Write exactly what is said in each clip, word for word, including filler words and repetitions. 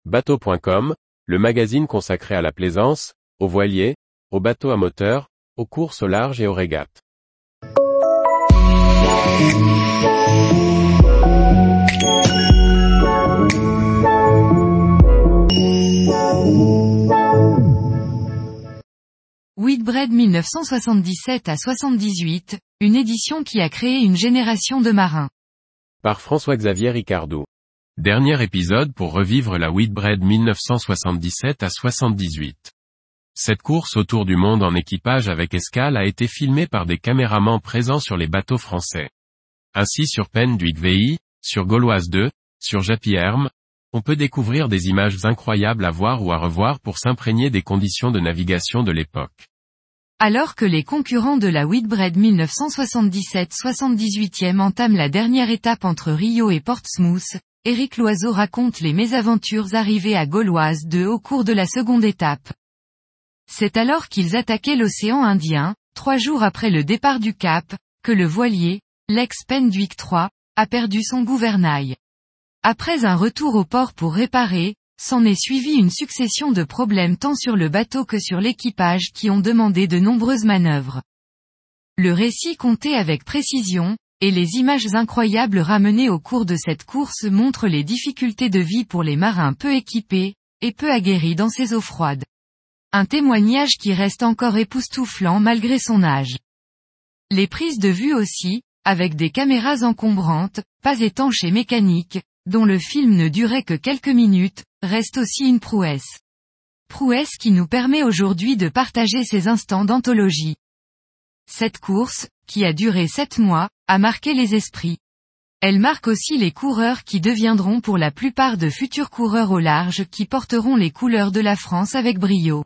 bateau point com, le magazine consacré à la plaisance, aux voiliers, aux bateaux à moteur, aux courses au large et aux régates. Whitbread mille neuf cent soixante-dix-sept à soixante-dix-huit, une édition qui a créé une génération de marins. Par François-Xavier Ricardou. Dernier épisode pour revivre la Whitbread mille neuf cent soixante-dix-sept à soixante-dix-huit. Cette course autour du monde en équipage avec escale a été filmée par des caméramans présents sur les bateaux français. Ainsi sur Penduic V I, sur Gauloise deux, sur Japy Hermes, on peut découvrir des images incroyables à voir ou à revoir pour s'imprégner des conditions de navigation de l'époque. Alors que les concurrents de la Whitbread mille neuf cent soixante-dix-sept soixante-dix-huitième entament la dernière étape entre Rio et Portsmouth, Éric Loiseau raconte les mésaventures arrivées à Gauloise deux au cours de la seconde étape. C'est alors qu'ils attaquaient l'océan Indien, trois jours après le départ du Cap, que le voilier, l'ex-Penduic trois, a perdu son gouvernail. Après un retour au port pour réparer, s'en est suivi une succession de problèmes tant sur le bateau que sur l'équipage qui ont demandé de nombreuses manœuvres. Le récit compté avec précision, et les images incroyables ramenées au cours de cette course montrent les difficultés de vie pour les marins peu équipés, et peu aguerris dans ces eaux froides. Un témoignage qui reste encore époustouflant malgré son âge. Les prises de vue aussi, avec des caméras encombrantes, pas étanches et mécaniques, dont le film ne durait que quelques minutes, reste aussi une prouesse. Prouesse qui nous permet aujourd'hui de partager ces instants d'anthologie. Cette course, qui a duré sept mois, a marqué les esprits. Elle marque aussi les coureurs qui deviendront pour la plupart de futurs coureurs au large qui porteront les couleurs de la France avec brio.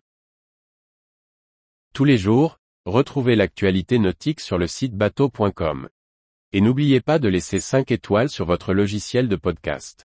Tous les jours, retrouvez l'actualité nautique sur le site bateau point com. Et n'oubliez pas de laisser cinq étoiles sur votre logiciel de podcast.